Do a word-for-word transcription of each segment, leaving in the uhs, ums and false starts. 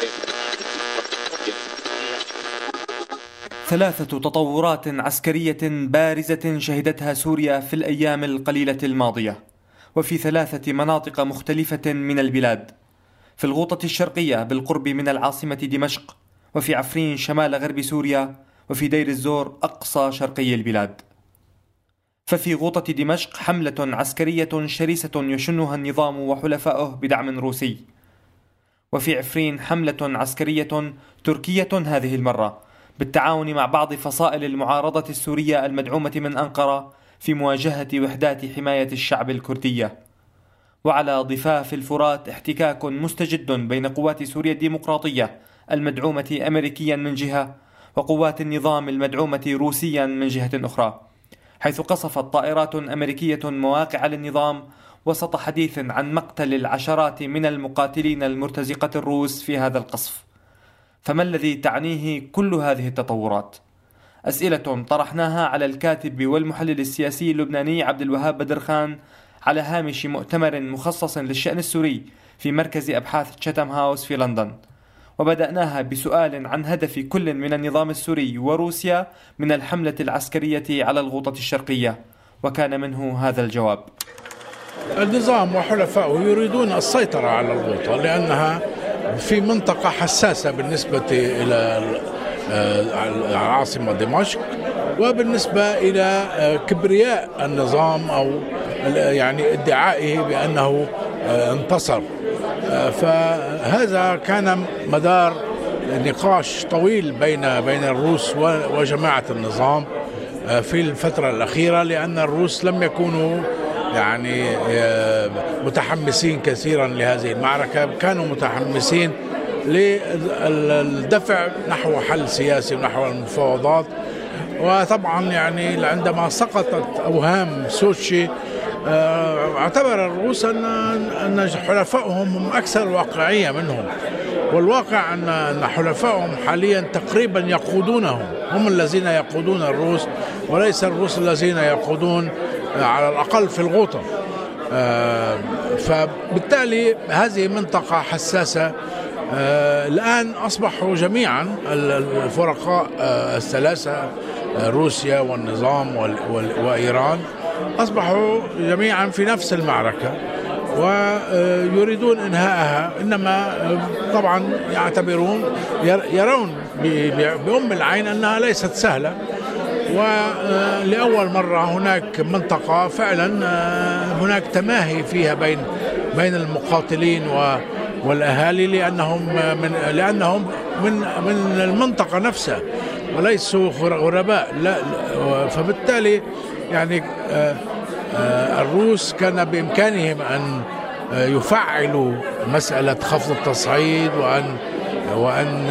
ثلاثة تطورات عسكرية بارزة شهدتها سوريا في الأيام القليلة الماضية، وفي ثلاثة مناطق مختلفة من البلاد: في الغوطة الشرقية بالقرب من العاصمة دمشق، وفي عفرين شمال غرب سوريا، وفي دير الزور أقصى شرقي البلاد. ففي غوطة دمشق حملة عسكرية شرسة يشنها النظام وحلفائه بدعم روسي، وفي عفرين حملة عسكرية تركية هذه المرة بالتعاون مع بعض فصائل المعارضة السورية المدعومة من أنقرة في مواجهة وحدات حماية الشعب الكردية. وعلى ضفاف الفرات احتكاك مستجد بين قوات سوريا الديمقراطية المدعومة أمريكيا من جهة، وقوات النظام المدعومة روسيا من جهة أخرى، حيث قصفت طائرات أمريكية مواقع للنظام وسط حديث عن مقتل العشرات من المقاتلين المرتزقة الروس في هذا القصف. فما الذي تعنيه كل هذه التطورات؟ أسئلة طرحناها على الكاتب والمحلل السياسي اللبناني عبد الوهاب بدرخان على هامش مؤتمر مخصص للشأن السوري في مركز أبحاث تشاتام هاوس في لندن، وبدأناها بسؤال عن هدف كل من النظام السوري وروسيا من الحملة العسكرية على الغوطة الشرقية، وكان منه هذا الجواب: النظام وحلفائه يريدون السيطرة على الغوطة لأنها في منطقة حساسة بالنسبة إلى العاصمة دمشق، وبالنسبة إلى كبرياء النظام أو يعني ادعائه بأنه انتصر. فهذا كان مدار نقاش طويل بين بين الروس وجماعة النظام في الفترة الأخيرة، لأن الروس لم يكونوا يعني متحمسين كثيرا لهذه المعركة، كانوا متحمسين للدفع نحو حل سياسي ونحو المفاوضات. وطبعا يعني عندما سقطت أوهام سوتشي اعتبر الروس أن حلفائهم هم أكثر واقعية منهم، والواقع أن حلفائهم حاليا تقريبا يقودونهم، هم الذين يقودون الروس وليس الروس الذين يقودون على الأقل في الغوطة. فبالتالي هذه منطقة حساسة. الآن أصبحوا جميعا الفرقاء الثلاثة روسيا والنظام وإيران أصبحوا جميعا في نفس المعركة ويريدون إنهائها، إنما طبعا يعتبرون يرون بأم العين أنها ليست سهلة. ولأول مرة هناك منطقة فعلا هناك تماهي فيها بين بين المقاتلين والأهالي، لأنهم من لأنهم من من المنطقة نفسها وليسوا غرباء. لا، فبالتالي يعني الروس كان بإمكانهم أن يفعلوا مسألة خفض التصعيد وأن وأن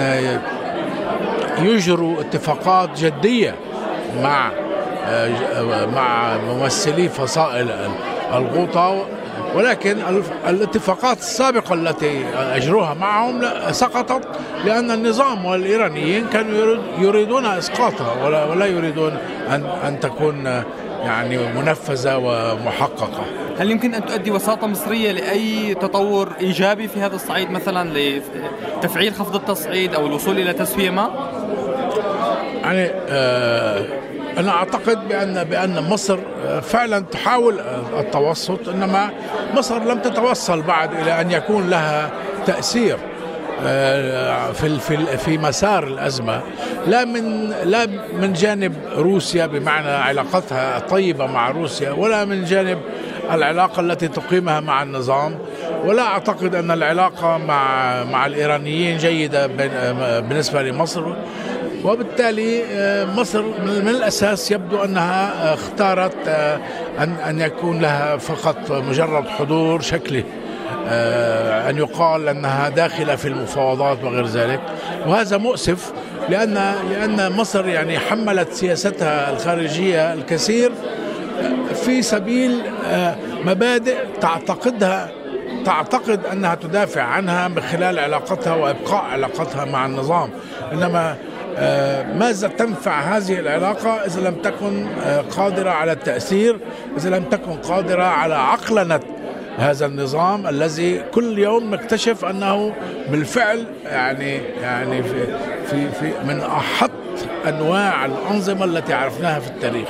يجروا اتفاقات جدية مع مع ممثلي فصائل الغوطة، ولكن الاتفاقات السابقة التي أجروها معهم سقطت لأن النظام والإيرانيين كانوا يريدون إسقاطها ولا ولا يريدون أن أن تكون يعني منفذة ومحققة. هل يمكن أن تؤدي وساطة مصرية لأي تطور إيجابي في هذا الصعيد، مثلا لتفعيل خفض التصعيد أو الوصول إلى تسوية ما؟ يعني آه أنا أعتقد بأن بأن مصر فعلا تحاول التوسط، إنما مصر لم تتوصل بعد إلى أن يكون لها تأثير في في في مسار الأزمة، لا من لا من جانب روسيا بمعنى علاقتها طيبة مع روسيا، ولا من جانب العلاقة التي تقيمها مع النظام، ولا أعتقد أن العلاقة مع مع الإيرانيين جيدة بالنسبة لمصر. وبالتالي مصر من الأساس يبدو أنها اختارت أن أن يكون لها فقط مجرد حضور شكلي، أن يقال أنها داخلة في المفاوضات وغير ذلك، وهذا مؤسف لأن لأن مصر يعني حملت سياستها الخارجية الكثير في سبيل مبادئ تعتقدها تعتقد أنها تدافع عنها من خلال علاقتها وإبقاء علاقتها مع النظام. إنما ماذا تنفع هذه العلاقة إذا لم تكن قادرة على التأثير، إذا لم تكن قادرة على عقلنة هذا النظام الذي كل يوم نكتشف أنه بالفعل يعني يعني في في, في من أحط أنواع الأنظمة التي عرفناها في التاريخ.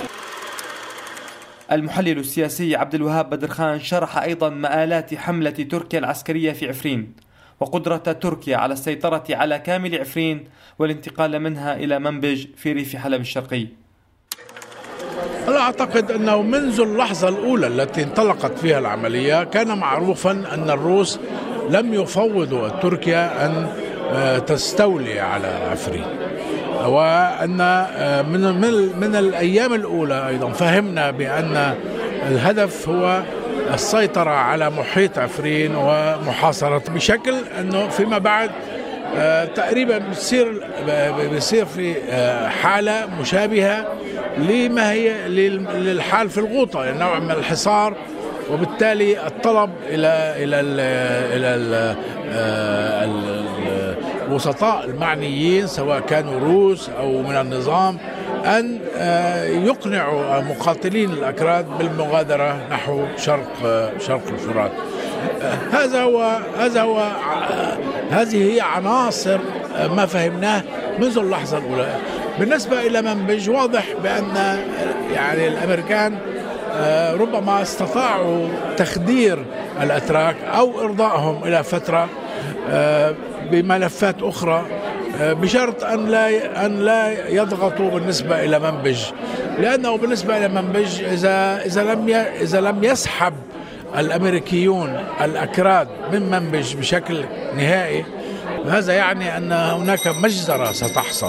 المحلل السياسي عبد الوهاب بدرخان شرح أيضا مآلات حملة تركيا العسكرية في عفرين وقدرة تركيا على السيطرة على كامل عفرين والانتقال منها إلى منبج في ريف حلب الشرقي. أنا أعتقد أنه منذ اللحظة الأولى التي انطلقت فيها العملية كان معروفا أن الروس لم يفوضوا تركيا أن تستولي على عفرين، وأن من من من الأيام الأولى أيضا فهمنا بأن الهدف هو السيطرة على محيط عفرين ومحاصرة بشكل أنه فيما بعد تقريبا بتصير بيصير في حالة مشابهة لما هي للحال في الغوطة، يعني نوع من الحصار، وبالتالي الطلب إلى إلى ال إلى ال الوسطاء المعنيين سواء كانوا روس أو من النظام أن يقنعوا مقاتلين الأكراد بالمغادرة نحو شرق شرق الفرات. هذا هو هذا هو هذه هي عناصر ما فهمناه منذ اللحظة الأولى. بالنسبة إلى منبج واضح بأن يعني الأمريكان ربما استطاعوا تخدير الأتراك أو إرضائهم إلى فترة بملفات أخرى بشرط أن لا أن لا يضغطوا بالنسبة إلى منبج، لأنه بالنسبة إلى منبج إذا إذا لم إذا لم يسحب الأمريكيون الأكراد من منبج بشكل نهائي، هذا يعني أن هناك مجزرة ستحصل.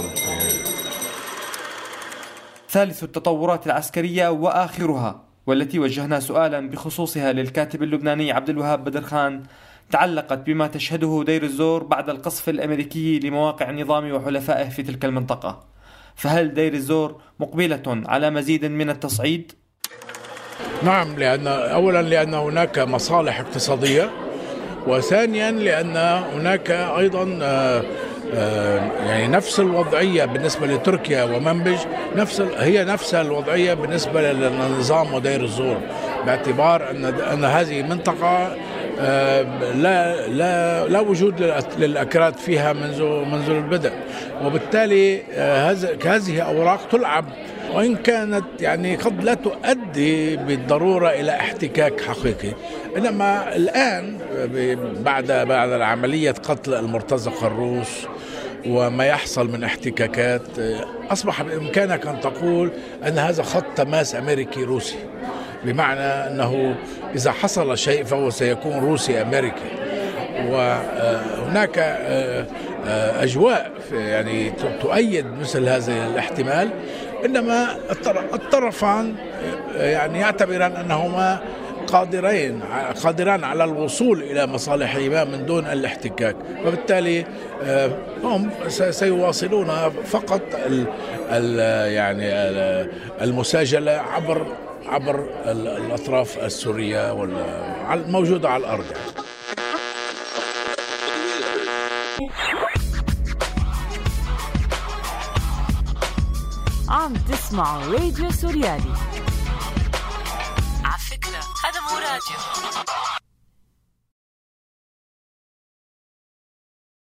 ثالث التطورات العسكرية وآخرها والتي وجهنا سؤالا بخصوصها للكاتب اللبناني عبد الوهاب بدرخان تعلقت بما تشهده دير الزور بعد القصف الأمريكي لمواقع النظام وحلفائه في تلك المنطقة. فهل دير الزور مقبلة على مزيد من التصعيد؟ نعم، لأن أولا لأن هناك مصالح اقتصادية، وثانيا لأن هناك أيضا يعني نفس الوضعية بالنسبة لتركيا ومنبج نفس هي نفس الوضعية بالنسبة للنظام ودير الزور، باعتبار أن أن هذه منطقة لا لا لا وجود للأكراد فيها منذ منذ البدء، وبالتالي هذه أوراق تلعب، وإن كانت يعني قد لا تؤدي بالضرورة إلى احتكاك حقيقي، إنما الآن بعد بعد عملية قتل المرتزق الروس وما يحصل من احتكاكات أصبح بإمكانك أن تقول أن هذا خط تماس أمريكي روسي، بمعنى أنه إذا حصل شيء فهو سيكون روسي أمريكي. وهناك أجواء يعني تؤيد مثل هذا الاحتمال، إنما الطرفان يعني يعتبران أنهما قادرين قادران على الوصول إلى مصالحهما من دون الاحتكاك، وبالتالي هم سيواصلون فقط ال ال يعني المساجلة عبر عبر الأطراف السورية والموجودة على الأرض. عم تسمعوا راديو سوريالي. على فكرة هذا مو راديو،